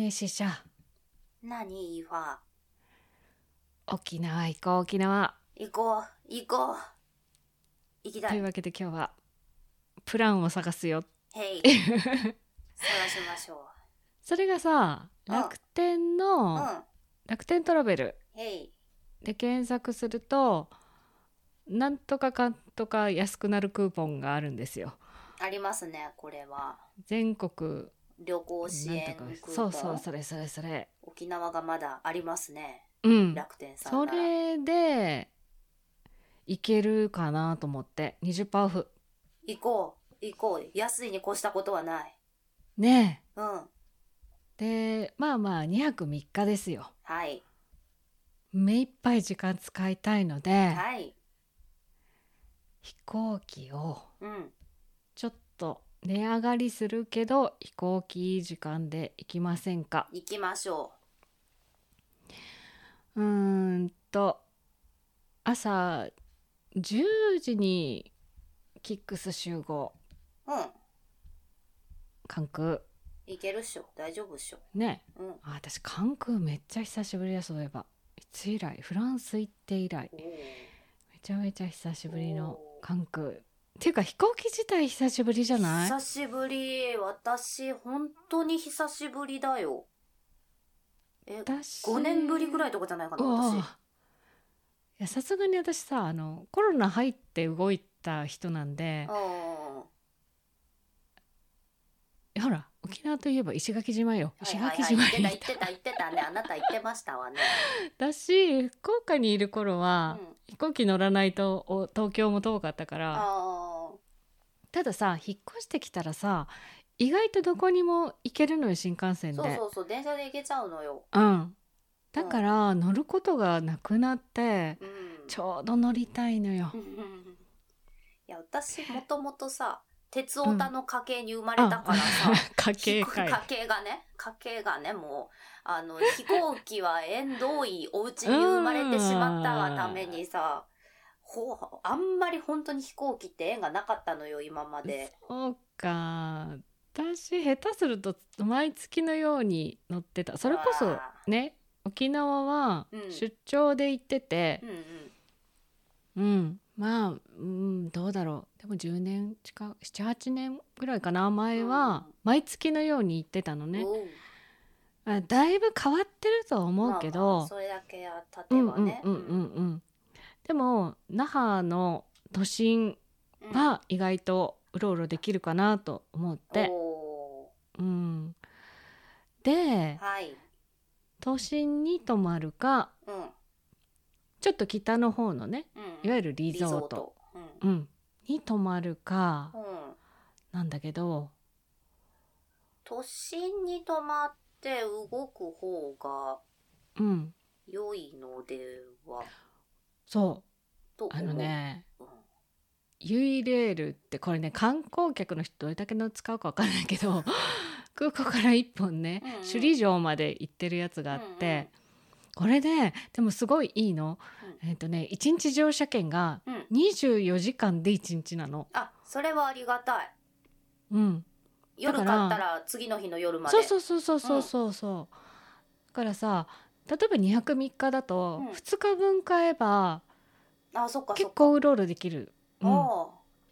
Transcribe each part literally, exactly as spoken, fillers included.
ねえシシャ、 何イーファ沖縄行こう。沖縄行こう行こう行きたい。 というわけで今日はプランを探すよ。 へい探しましょそれがさ、 うん楽天う。 の、 うん楽天トラベルへいで検索するとなんとかかんとか安くなるクーポンがあるんですよ。 ありますね。これは全国旅行支援クーポン。 そうそうそれそれそれ沖縄がまだありますね。 うん楽天さんそなられでいけるかなと思って にじゅっパーセント オフ行こう行こう。安いに越したことはない。 ねうん。 え。でまあまあにはくみっかですよ。 はい目いっぱい時間使いたいので、 はい飛行機をうんちょっと値上がりするけど飛行機いい時間で行きませんか。 行きましょうーんと朝じゅうじにキックス集合う。うん関空行けるっしょ。大丈夫っしょ。 ね。 うんあ私関空めっちゃ久しぶりだ。そういえばいつ以来フランス行って以来おーめちゃめちゃ久しぶりの関空っていうか飛行機自体久しぶりじゃない？ 久しぶり。私本当に久しぶりだよ。え私ごねんぶりくらいとかじゃないかなうわ私。 いやさすがに私さあのコロナ入って動いた人なんで、 うんほら沖縄といえば石垣島よ。石はいはい垣はい、言島にいたってた言ってた言ってたね。あなた言ってましたわね。 だし福岡にいる頃は、 うん飛行機乗らないとお東京も遠かったから。 あたださ引っ越してきたらさ意外とどこにも行けるのよ新幹あ線で。 そうそうそう、電車で行けちゃうのよ。 うんだから乗ることがなくなって、 うんちょうど乗りたいのよ。 いや私もともとさ鉄オタの家系に生まれたからさ、 家計かい。 家系がね家系がねもうあの飛行機は縁遠いお家に生まれてしまったがためにさ、ほうあんまり本当に飛行機って縁がなかったのよ今まで。 そうか私下手すると毎月のように乗ってた。それこそわあね沖縄はうん出張で行っててうんうんうん、まあ、うん、どうだろうでもじゅうねん近くななはちねんぐらいかな前うんは毎月のように行ってたのね。 おうあだいぶ変わってるとは思うけど、 まあまあそれだけや経てうんばね。 うんうんうんうんでも那覇の都心うんは意外とうろうろできるかなと思っおて、 おうん、ではい都心に泊まるかうんちょっと北の方のねうんいわゆるリゾート、 うんうん、に泊まるかうんなんだけど、 都心に泊まって動く方がうん、 良いのではそうと思う。 あのねうんユイレールってこれね観光客の人どれだけの使うか分かんないけど空港からいっぽんね、 うんうん首里城まで行ってるやつがあって、これででもすごいいいの、えっとねいちにち乗車券がうんうんにじゅうよじかんでいちにちなの。 あそれはありがたい。 うん夜だから買ったら次の日の夜まで。 そうそうそうそうそうそうそうだからさ例えばにはくみっかだとうんふつかぶん買えばあそっかそっか。 結構うろうろできる、うんお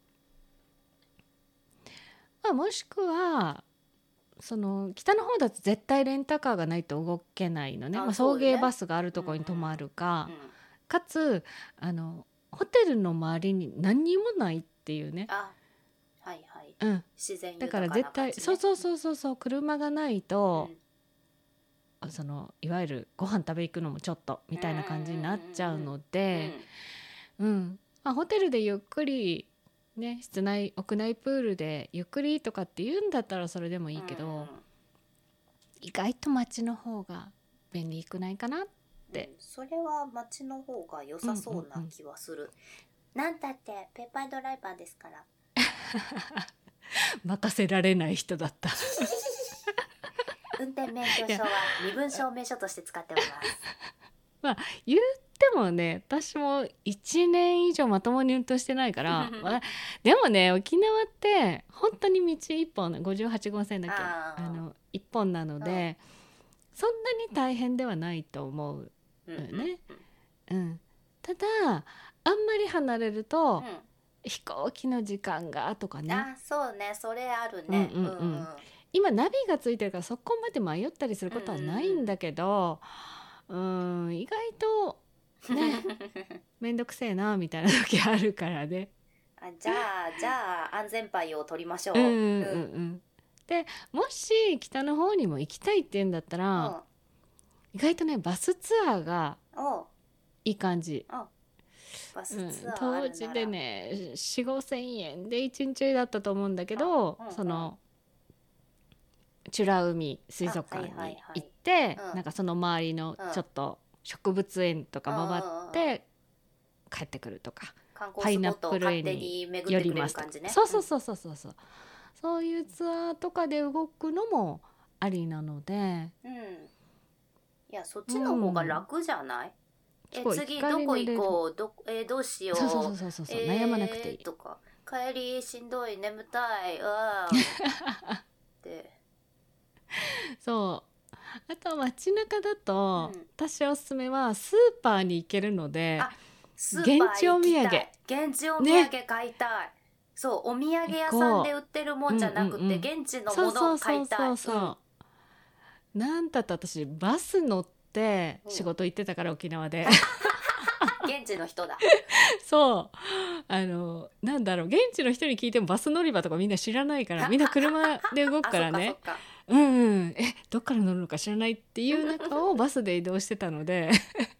まあ、もしくはその北の方だと絶対レンタカーがないと動けないのね。まあ、送あそうよね迎バスがあるところに泊まるか、 ーうんかつあのホテルの周りに何にもないっていうね、 あはいはいうん、 自然だ豊かな感じ、 から絶対、 ね、 そうそうそうそうそう車がないとう、んそのいわゆるご飯食べ行くのもちょっとみたいな感じになっちゃうのうで、 んうんまあ、ホテルでゆっくりね室内屋内プールでゆっくりとかって言うんだったらそれでもいいけど、 うん意外と街の方が便利くないかな。でうんそれは街の方が良さそうな気はする、なんたってペーパードライバーですから任せられない人だった運転免許証は身分証明書として使っております言ってもね私もいちねん以上まともに運転してないからまあでもね沖縄って本当に道一本ごじゅうはちごうせんだっけあーあの一本なので、 そんなに大変ではないと思ううんのよね、 うんうん、ただあんまり離れると、 うん飛行機の時間がとかね、 あ、そうね、それあるね。 うんうんうん今ナビがついてるからそこまで迷ったりすることはないんだけど、うーん意外とねめんどくせえなみたいな時あるからね。 あ、じゃあじゃあ安全牌を取りましょう。 うんうんうんうんでもし北の方にも行きたいって言うんだったら、 うん意外とねバスツアーがおういい感じ、 おうバスうん、 ツアーあ当るなら時でね よん、ごせんえんでいちにちだったと思うんだけど、 あうんうんその美ら海水族館にあはいはいはい行って、 うんなんかその周りのちょっと植物園とか回って帰ってくるとか、 観光スポットを勝手に巡ってくれる感じね。 そうそうそうそうそうそうそういうツアーとかで動くのもありなので、 うん、うんいやそっちの方が楽じゃない、えそう次一回どこ寝れる行こうどえーどうしようそうそうそうそうそう、 えー悩まなくていいとか帰りしんどい眠たいあーってそうあとは街中だと、 うん私おすすめはスーパーに行けるので、 あスーパー現地お土産行きたい現地お土産買いたい、そうお土産屋さんで売ってるもんじゃなくて、 うんうんうん現地のそうものをそうそう買いたい。 そうそう、なんだった私バス乗って仕事行ってたから、沖縄でうん現地の人だ。 そうあのなんだろう現地の人に聞いてもバス乗り場とかみんな知らないから、みんな車で動くからねあそっかそっかうんうんえどっから乗るのか知らないっていう中をバスで移動してたので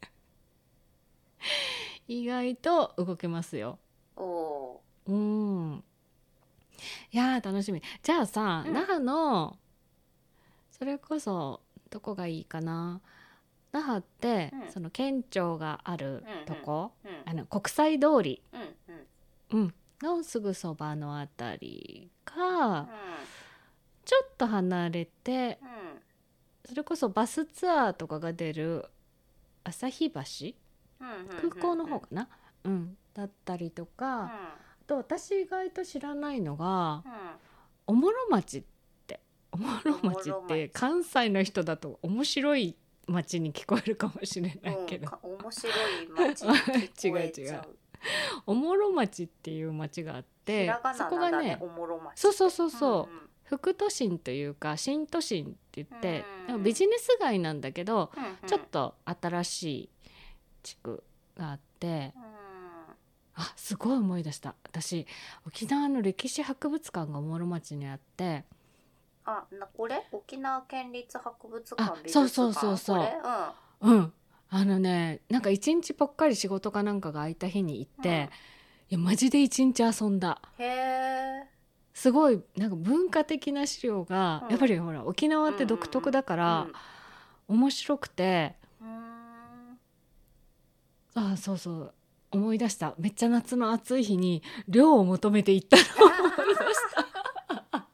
意外と動けますよ。 おうんいやー楽しみ。じゃあさ、 うん那覇のそれこそどこがいいかな。那覇って、 うんその県庁があるとこ、 ーうんあの国際通り、 うんうんうん、のすぐそばのあたりうか、 んちょっと離れてうんそれこそバスツアーとかが出る旭橋うん空港の方かな、うん、だったりとか、 うんあと私意外と知らないのがうんおもろ町っておもろ町おもろって町関西の人だと面白い町に聞こえるかもしれないけど、 うんか面白い街に聞こえちゃう。 違う違うおもろ町っていう町があってひらがそななんだねこがねおもろ町って。 そうそうそうそううんうん副都心というか新都心って言ってうんでもビジネス街なんだけどうんうんちょっと新しい地区があってうんあすごい思い出した。私沖縄の歴史博物館がおもろ町にあってあなこれ沖縄県立博物館あ美術館そうそうそうそうこれうんあのねなんか一日ぽっかり仕事かなんかが空いた日に行って、いやマジで一日遊んだ。 うん、へえ。 すごいなんか文化的な資料が、 うんやっぱりほら沖縄って独特だから、面白くてうんうんうんあそうそう思い出した。めっちゃ夏の暑い日に涼を求めて行ったのを思い出した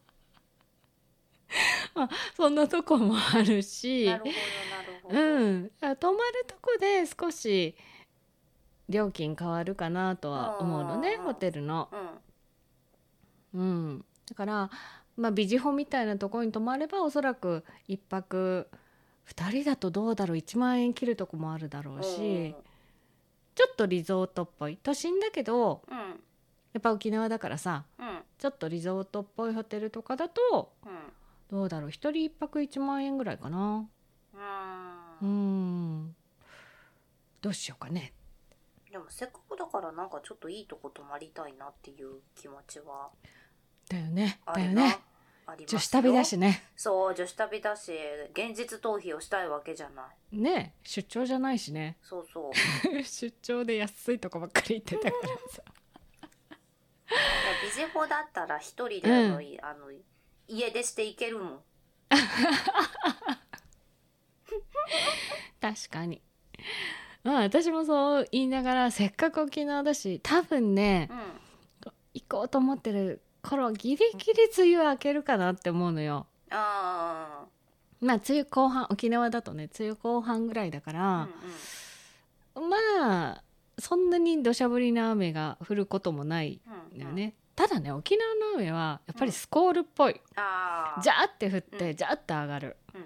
まあそんなとこもあるしなるほどなるほど。 うん、泊まるとこで少し料金変わるかなとは思うのね、 うんホテルの、 うんうん、だから、まあ、ビジホみたいなところに泊まればおそらくいっぱくふたりだとどうだろういちまんえん切るとこもあるだろうし、ちょっとリゾートっぽい都心だけどうんうんやっぱ沖縄だからさうんちょっとリゾートっぽいホテルとかだとうんどうだろうひとりいっぱくいちまんえんぐらいかな。ううんんどうしようかね。 でもせっかくだからなんかちょっといいとこ泊まりたいなっていう気持ちはだよねあるな。 だよねありますよ。 女子旅だしね。 そう女子旅だし現実逃避をしたいわけじゃないね出張じゃないしねそうそう出張で安いとこばっかり行ってたからさいやビジホだったら一人であの、 うんあの家出していけるもん確かにまあ私もそう言いながらせっかく沖縄だし多分ねうん行こうと思ってる頃ギリギリ梅雨明けるかなって思うのよ。 あまあ梅雨後半沖縄だとね梅雨後半ぐらいだかあらうん、 まあそんなに土砂降りの雨が降ることもないうんんだよね、ただね沖縄の雨はやっぱりスコールっぽい、 ああジャーって降って、 うんジャーって上がる、 うん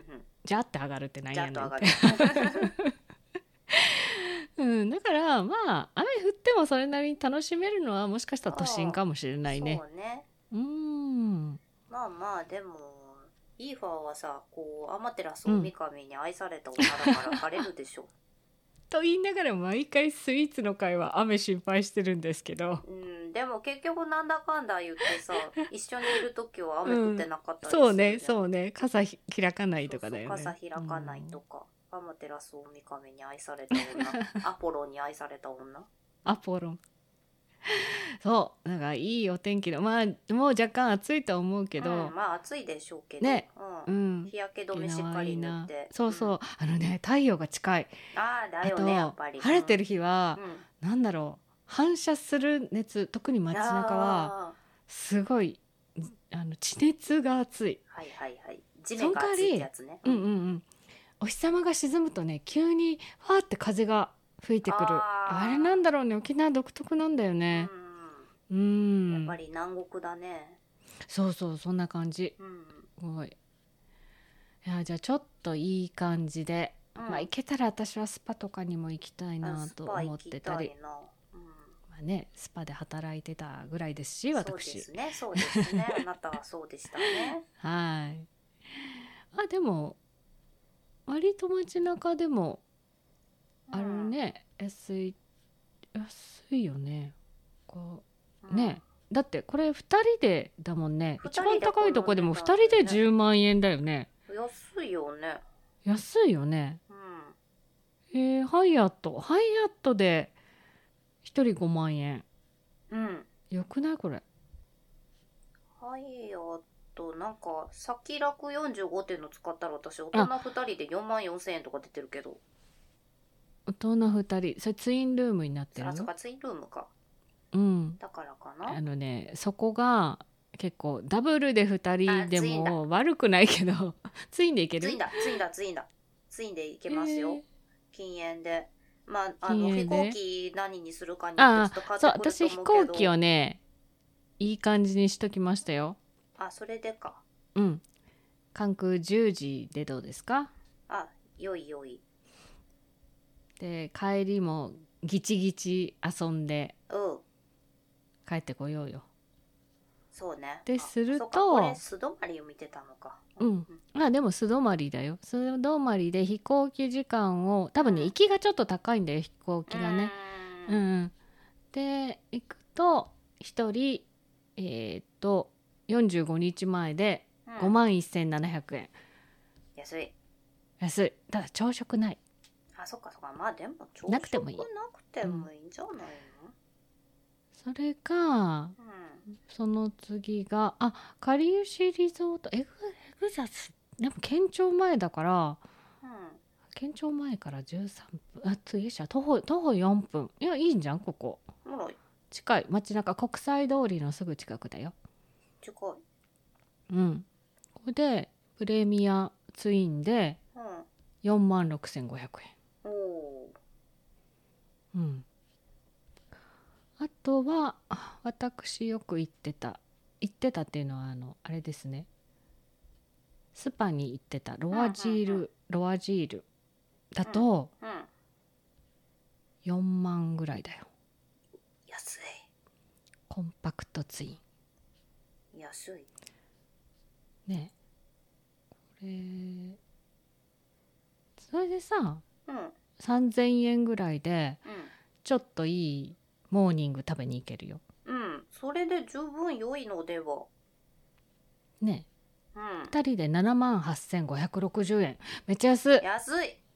ジャって上がるってなんじゃやねんっっと上がてるうん、だからまあ雨降ってもそれなりに楽しめるのはもしかしたら都心かもしれないね。 そうね。 うーんまあまあでもイーファーはさ、こうアマテラス大神に愛された女だから晴れるでしょと言いながら毎回スイーツの会は雨心配してるんですけど、 うん、でも結局なんだかんだ言ってさ一緒にいる時は雨降ってなかったりするそうねじゃんそうね傘ひ開かないとかだよね。 そうそう傘開かないとか、アマテラス大神に愛された女アポロに愛された女アポロンそうなんかいいお天気のまあもう若干暑いとは思うけど、 うん、まあ暑いでしょうけど、 ねううんん日焼け止めしっかり塗ってそうそう、 うんあのね太陽が近いああだよあとねやっぱり晴れてる日はう、んなんだろう反射する熱特にうん、 街中はあすごいあの地熱が暑い。 ーはいはいはい地面が熱いってやつねうんうんうんお日様が沈むとね急にファーって風が吹いてくるあーあれなんだろうね沖縄独特なんだよね。ううんんやっぱり南国だねそうそうそんな感じうんすごい。いやじゃあちょっといい感じで、 うんまあ行けたら私はスパとかにも行きたいなと思ってたりスパ行きたいな、うんまあねスパで働いてたぐらいですしそう私ですねそうですねあなたはそうでしたねはいあでも割と街中でもあるね、安い安いよねこううんね、だってこれふたりでだもんね。 ふたりで一番高いとこでも2 この値段人でじゅうまん円だよね。 安いよね安いよね。 うんえー、ハイアットハイアットでひとりごまん円うんよくないこれ。 はいあとなんか先楽よんじゅうごてんの使ったら私大人ふたりでよんまんよんせんえんとか出てるけど大人ふたりそれツインルームになってるあそよ。 っかツインルームかうんだからかなあのねそこが結構ダブルでふたりであツインだも悪くないけどツインでいけるツインだツインだツインだツインでいけますよ、 えー禁煙でまああの飛禁煙で行機何にするかにあよってちょっとあ変そう私飛わってくると思うけど行機をねいい感じにしときましたよ。 あそれでかうん関空じゅうじでどうですか。 あよいよいで帰りもギチギチ遊んでうん帰ってこようよ。 そうねでするとあそっかこれ素泊まりを見てたのかうんまあでも素泊まりだよ。素泊まりで飛行機時間を多分ね行きがちょっと高いんだよ飛行機がね。 ううんん、うん、で行くとひとりえーっとよんじゅうごにちまえでうんごまんせんななひゃくえん、 安い安い。ただ朝食ない。 あそっかそっかまあでも朝食なくてもいいなくてもいいんじゃないのそれかうんその次があかりゆしリゾートエグエグザスでも県庁前だからうん県庁前からじゅうさんぷんあ次じゃ徒歩徒歩よんぷんいやいいんじゃんここほら近い街中国際通りのすぐ近くだよ。 近いうんここでプレミアツインでうんよんまんろくせんごひゃくえん。 おおうんあとはあ私よく行ってた行ってたっていうのはあのあれですねスパに行ってたロアジール、 うんうんうんロアジールだとーうんよんまんぐらいだよ。 安コンパクトツイい安いンねこれそれでさうんうんさんぜんえんぐらいでちょっといいモーニング食べに行けるようんそれで十分良いのではね。 うんふたりでななまんはっせんごひゃくろくじゅうえんめっちゃ安い。 安い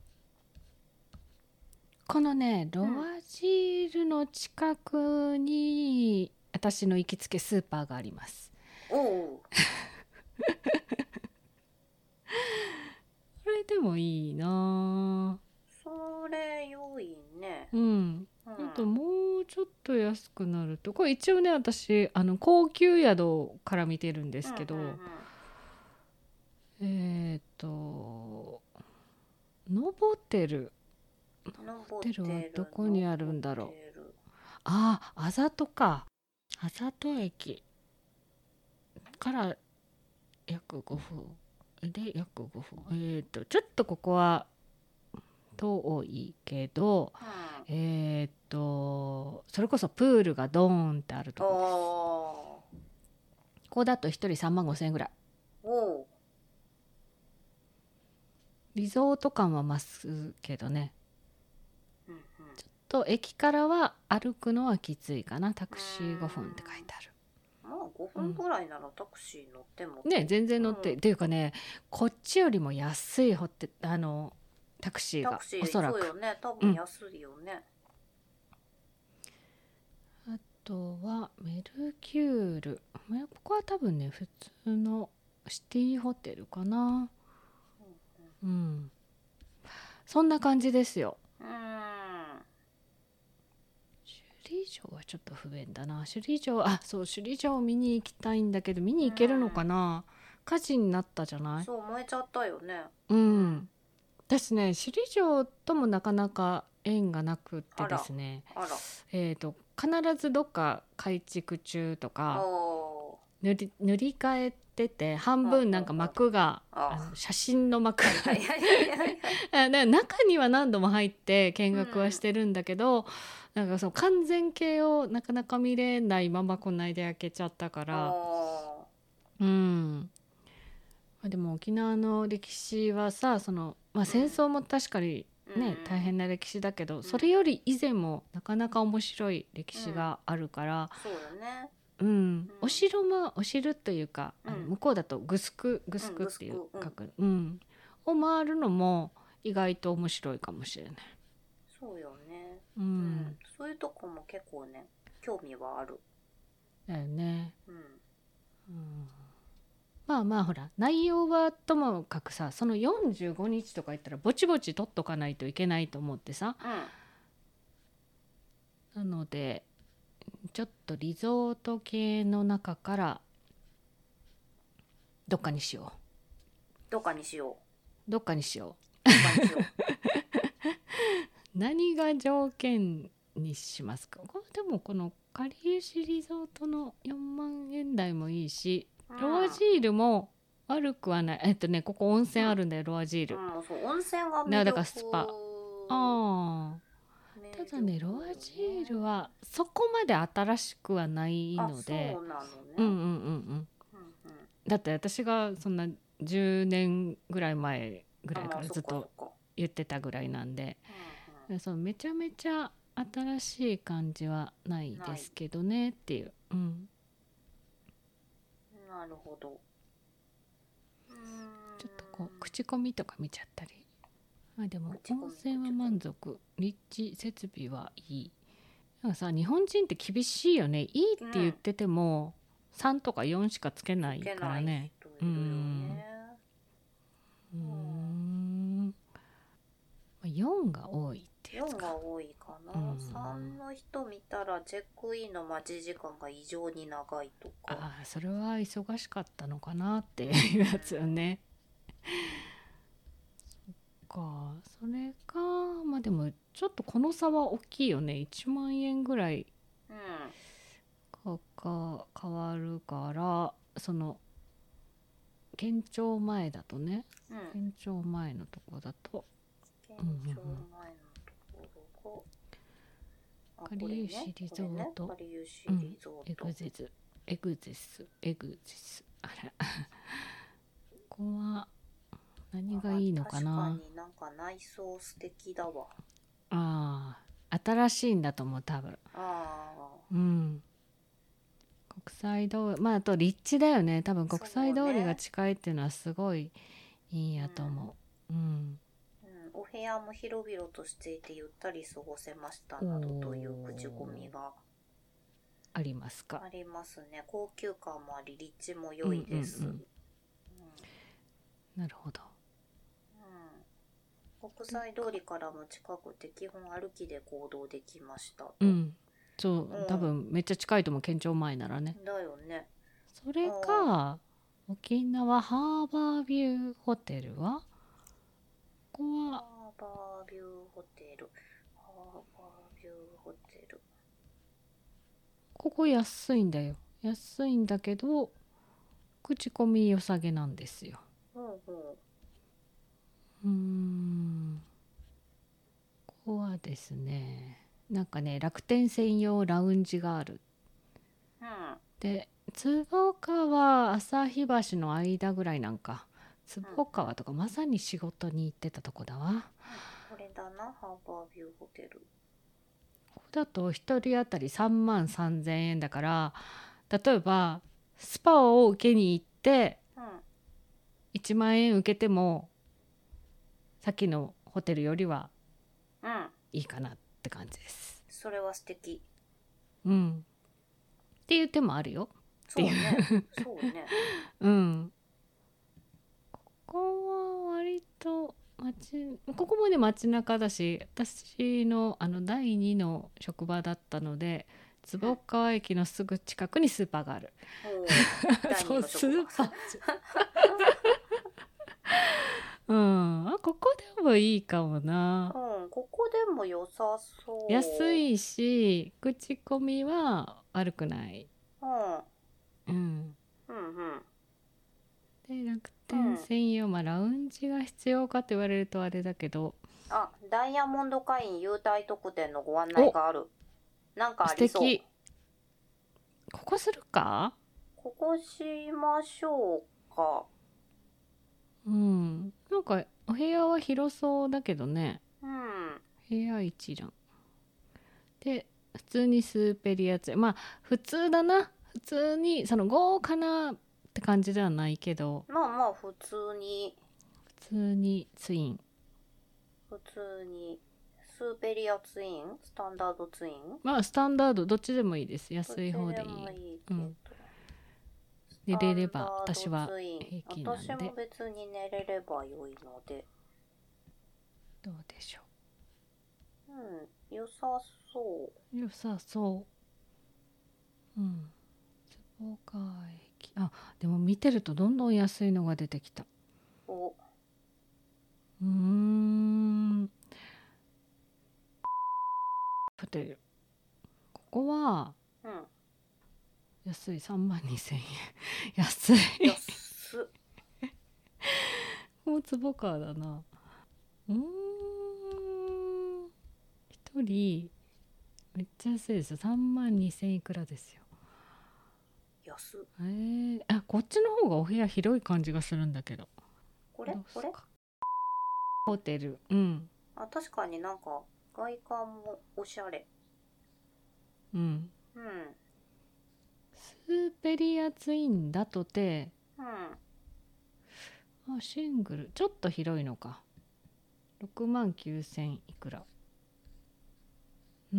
このねロアジールの近くに私の行きつけスーパーがあります。 おおこれでもいいなそれ良いねうん、 うんあともうちょっと安くなるとこれ一応ね私あの高級宿から見てるんですけど、 うんうんうんえっ、とノボテルノホテルはどこにあるんだろう。 ノボテルああざとかあざと駅から約ごふんで約ごふん、えっ、とちょっとここは遠いけど、 うん、 えっ、とそれこそプールがドーンってあるとこです。 おここだとひとりさんまんごせんえんぐらい。 おリゾート感は増すけどね。 うんうんと駅からは歩くのはきついかな。タクシーごふんって書いてある。 まあごふんぐらいならタクシー乗ってもね、全然乗って、 うんっていうかね、こっちよりも安いホテあのタクシーがタクシーおそらく。 そうよね、多分安いよね、 あとはメルキュール、まあここは多分ね普通のシティホテルかな。 うんうん、そんな感じですよ。 うん、うーん首里城はちょっと不便だな。首里城、あ、そう、首里城見に行きたいんだけど見に行けるのかな、火事になったじゃない。 そう燃えちゃったよね。 うん、私ね首里城ともなかなか縁がなくってですね、 あらえーと必ずどっか改築中とかお塗り塗り替えてて、半分なんか幕がああの写真の幕ーはいはいはいはいあだから中には何度も入って見学はしてるんだけど、なんかそう完全形をなかなか見れないままこの間焼けちゃったからおうんまあでも沖縄の歴史はさ、その、まあ、戦争も確かにね、 うん大変な歴史だけど、 んそれより以前もなかなか面白い歴史があるから、 そうだね。 うんお城もお城というか、あのうん向こうだとグスクグスクっていううんグスクうん書く、うんを回るのも意外と面白いかもしれない。 そうよね、 ううんん、そういうとこも結構ね興味はある。 だよね。 うんうんまあまあほら内容はともかくさ、そのよんじゅうごにちとか言ったらぼちぼち取っとかないといけないと思ってさ、なのでちょっとリゾート系の中からどっかにしよどっかにしようどっかにしようどっかにしようう何が条件にしますか。これでもこのかりゆしリゾートのよんまんえん台もいいし、ロアジールも悪くはない。えっとねここ温泉あるんだよ、ロアジール。 うん、そう温泉が魅ね力だからスパああ魅た力だねロアジールはそこまで新しくはないあので、 そうなのね、 うんうんうんうん、 うんうんだって私がそんなじゅうねんぐらい前ぐらいかあまあらずっとそか言ってたぐらいなんで、 そっかそうめちゃめちゃ新しい感じはないですけどねっていう、うん、 うんうん、なるほど。うーんちょっとこう口コミとか見ちゃったり、あでも口コミ温泉は満足、立地設備はいい。なんかさ日本人って厳しいよね。いいって言ってても、うん、さんとかよんしかつけないからね。 つけない人いるよね。 うーんよんが多いってやつよんか。 が多いかな、 うん、 さんの人見たらチェックインの待ち時間が異常に長いとか。 ああそれは忙しかったのかなっていうやつよね。そっかそれか。まあでもちょっとこの差は大きいよね。いちまんえんぐらいうんかか変わるから、その県庁前だとね、 うん、 県庁前のとこだと県庁前のところが、 かりゆしリゾート、 かりゆしうんリゾート、 エグゼスエグゼスエグゼスあらここは何がいいのかな。 確かになんか内装素敵だわ。 ああ新しいんだと思う多分。 ああうん国際通り、まああと立地だよね。多分国際通りが近いっていうのはすごいいいんやと思う。うん、 うんお部屋も広々としていてゆったり過ごせましたなどという口コミがありますか。 ありますね。高級感もあり立地も良いです。 うんうんうんうんなるほど。 うん、国際通りからも近くて基本歩きで行動できましたと。 うんそう、 うん多分めっちゃ近いと思う県庁前ならね。 だよね。 それか沖縄ハーバービューホテルはここはハーバービューホテルハーバービューホテルここ安いんだよ。安いんだけど口コミ良さげなんですよ。 ほうほうですね、なんかね楽天専用ラウンジがある。 うん。 で坪川旭橋の間ぐらいなんか、坪川とかまさに仕事に行ってたとこだわ。 うん、これだな、ハーバービューホテル。 ここだとひとり当たりさんまんさんぜんえんだから、例えばスパを受けに行ってうん。 いちまんえん受けてもさっきのホテルよりはうん。 いいかなって感じです。 それは素敵。 うんっていう手もあるよ。 そうね。そうね。 うん。ここは割と街、ここもね街中だし、私のあのだいにの職場だったので、坪川駅のすぐ近くにスーパーがある。 おー、第二そうの職場。 スーパーうん、あここでもいいかもな。 うん、ここでも良さそう。 安いし口コミは悪くない。 うん。 うんうんうん。 で楽天専用、まあラウンジが必要かと言われるとあれだけど、 あ、ダイヤモンド会員優待特典のご案内がある。なんかあ素りそう。 敵。ここするか。 ここしましょうか。 うん、なんかお部屋は広そうだけどね。 うん。 部屋一覧で普通にスーペリアツイン、まあ普通だな。普通にその豪華なって感じではないけど、 まあまあ普通に、 普通にツイン、 普通に、スーペリアツイン、スタンダードツイン、 まあスタンダードどっちでもいいです。安い方でいい。 どっちでもいいけど。 うん寝れれば私は平均なんで。 私も別に寝れれば良いので。 どうでしょうん、良さそう。 う。良さそう。うん。坪川駅。あ、でも見てるとどんどん安いのが出てきた。 お。 うーん。ホテル。ここはうん。 安いさんまんにせんえん。安い。 安っ。 もう坪川だな。うーん。一人めっちゃ安いですよ。さんまんにせんいくらですよ。 安っ。 えー、あこっちの方がお部屋広い感じがするんだけど。 これこれホテル。うん。 あ、確かになんか外観もおしゃれ。 うん。 うん。 スーペリアツインだとて、 うん。 あシングルちょっと広いのか。ろくまんきゅうせんいくら。うん。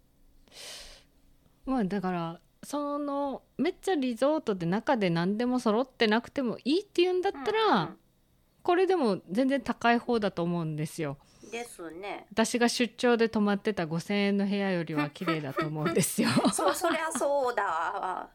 まあだからそのめっちゃリゾートで中で何でも揃ってなくてもいいっていうんだったら、 うんうん、 これでも全然高い方だと思うんですよ。 ですね。 私が出張で泊まってたごせんえんの部屋よりは綺麗だと思うんですよ。 そそりゃそうだわ。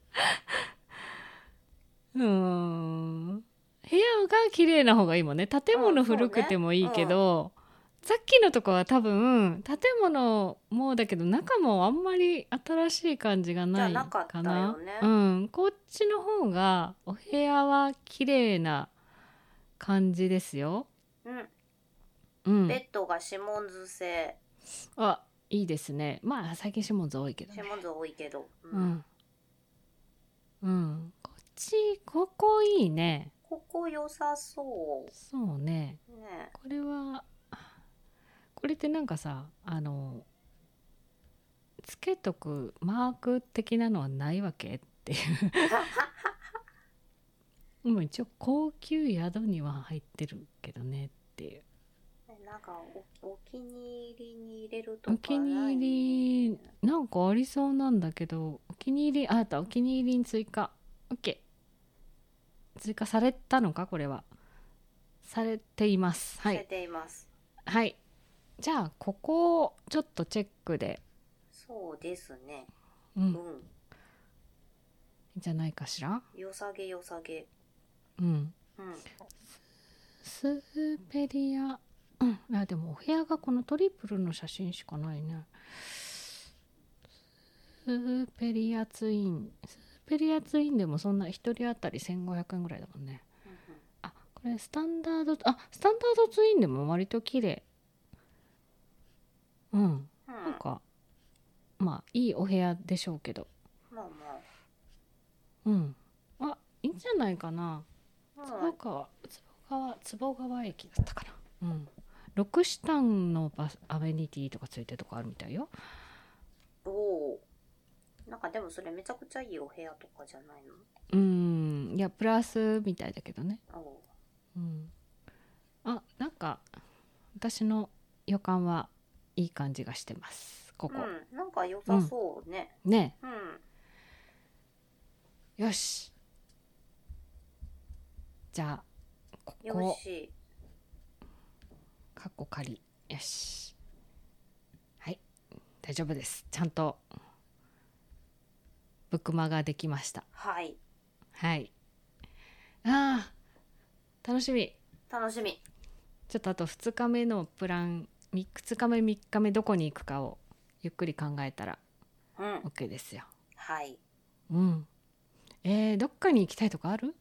うーん部屋が綺麗な方がいいもんね。建物古くてもいいけど、うんね、うん、さっきのとこは多分建物もだけど中もあんまり新しい感じがないかな。 じゃなかったよね。 うん、こっちの方がお部屋は綺麗な感じですよ。 うんうん、 ベッドがシモンズ製。 あ、いいですね。まあ最近シモンズ多いけどね。 シモンズ多いけど。 うん、うん、うん、こっちここいいね。 ここ良さそう。 そうね。 ね、 これはこれってなんかさ、あのつけとくマーク的なのはないわけっていうもう一応高級宿には入ってるけどねっていう。 なんか お, お気に入りに入れるとかない？ お気に入りなんかありそうなんだけど、お気に入りあったお気に入りに追加 OK 追加されたのか。これはされています。はい、 されています。 はい、じゃあここをちょっとチェックで。 そうですね。 うん、 うん、 じゃないかしら。 よさげよさげ。 うん、 うん、 スーペリア、うん、あでもお部屋がこのトリプルの写真しかないね。スーペリアツインスーペリアツインでもそんなひとり当たりせんごひゃくえんぐらいだもんね。 うんうん、 あこれスタンダードあスタンダードツインでも割と綺麗。 うん、 うんなんかまあいいお部屋でしょうけど、 まあまうんあいいんじゃないかな。 あ、 坪川坪川坪川駅だったかな。うんロクシタンのバスアメニティとかついてるとこあるみたいよ。 おおー、なんかでもそれめちゃくちゃいいお部屋とかじゃないの？ うんいやプラスみたいだけどね。 おおうんあなんか私の予感はいい感じがしてますここ、 うん、なんか良さそうね。 ねうん、 よしじゃあこよこし。 カッコ仮よしはい大丈夫です。ちゃんとブックマができました。 はい、 はいあー楽しみ。 楽しみ。 ちょっとあとふつかめのプランみふつかめみっかめどこに行くかをゆっくり考えたらうん、 OK ですよ。 はい。 うんえー、どっかに行きたいとこある？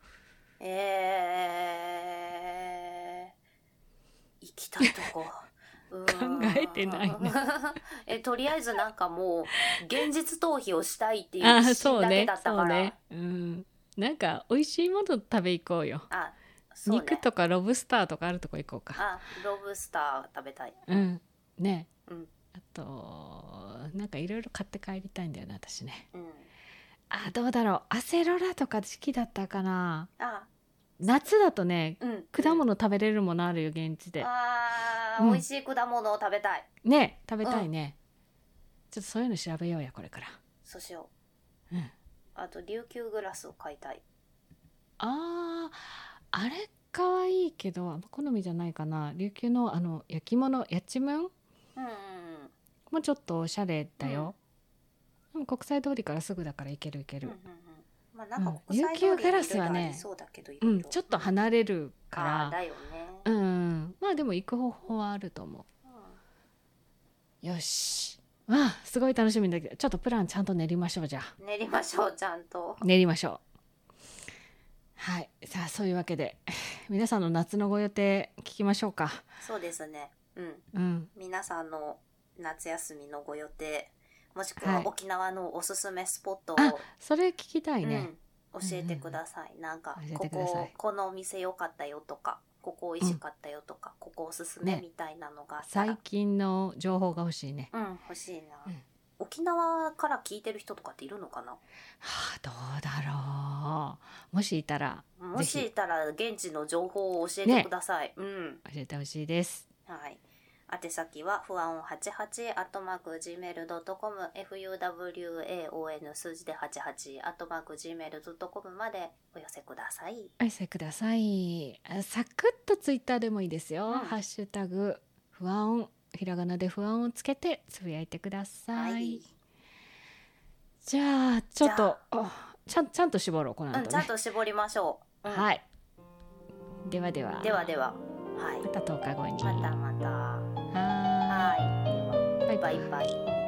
えー、行きたいとこうーん考えてないねえとりあえずなんかもう現実逃避をしたいっていうあ一心だけそうねだったから、 そうねうんなんか美味しいもの食べ行こうよ。 あそうね、 肉とかロブスターとかあるとこ行こうか。 あロブスター食べたい。 うんねうんあとなんかいろいろ買って帰りたいんだよね私ね。 うん、 あどうだろうアセロラとか時期だったかな。 あ夏だとねうん果物食べれるものあるよ現地で。 あー、 うん美味しい果物を食べたい。 ね食べたいね、ちょっとそういうの調べようやこれから。 そうしようんう。あと琉球グラスを買いたい。 あーあれかわいいけどあんま好みじゃないかな。琉球のあの焼き物やちむんうんうんもちょっとおしゃれだよ、でも国際通りからすぐだから行ける行けるうんうんうん、まあなんかうん国際通り琉球ガラスはねいろいろありそうだけどいうん、 ろいろちょっと離れるあかーだよね、 らうんまあでも行く方法はあると思うんう。よしあすごい楽しみだけどちょっとプランちゃんと練りましょう。じゃあ練りましょうちゃんと。 練りましょう。はいさあそういうわけで皆さんの夏のご予定聞きましょうか。 そうですね、うん、 うん皆さんの夏休みのご予定もしくははい沖縄のおすすめスポットを、 あそれ聞きたいね、 うん、教えてください、なんか教えこてくださいここのお店良かったよとかここ美味しかったよとか、ここおすすめねみたいなのがあったら、 最近の情報が欲しいね。 うん欲しいな、 うん沖縄から聞いてる人とかっているのかな。 はあどうだろうもしいたらもぜひしいたら現地の情報を教えてください、うん教えてほしいです。 はい宛先は不安をはちはちアットマーク ジーメールドットコム フユーダブリューエーオーエヌ 数字ではちはちアットマーク ジーメールドットコム までお寄せください。 お寄せください。あサクッとツイッターでもいいですよ、 うんハッシュタグ不安ひらがなで不安をつけてつぶやいてください、 はいじゃあちょっとじゃあちゃんちゃんと絞ろうこの後ね、 うん、ちゃんと絞りましょう、うんはいではではではでは、はい、 またとおかごにまたまたははいではーいバイバイバイバイ。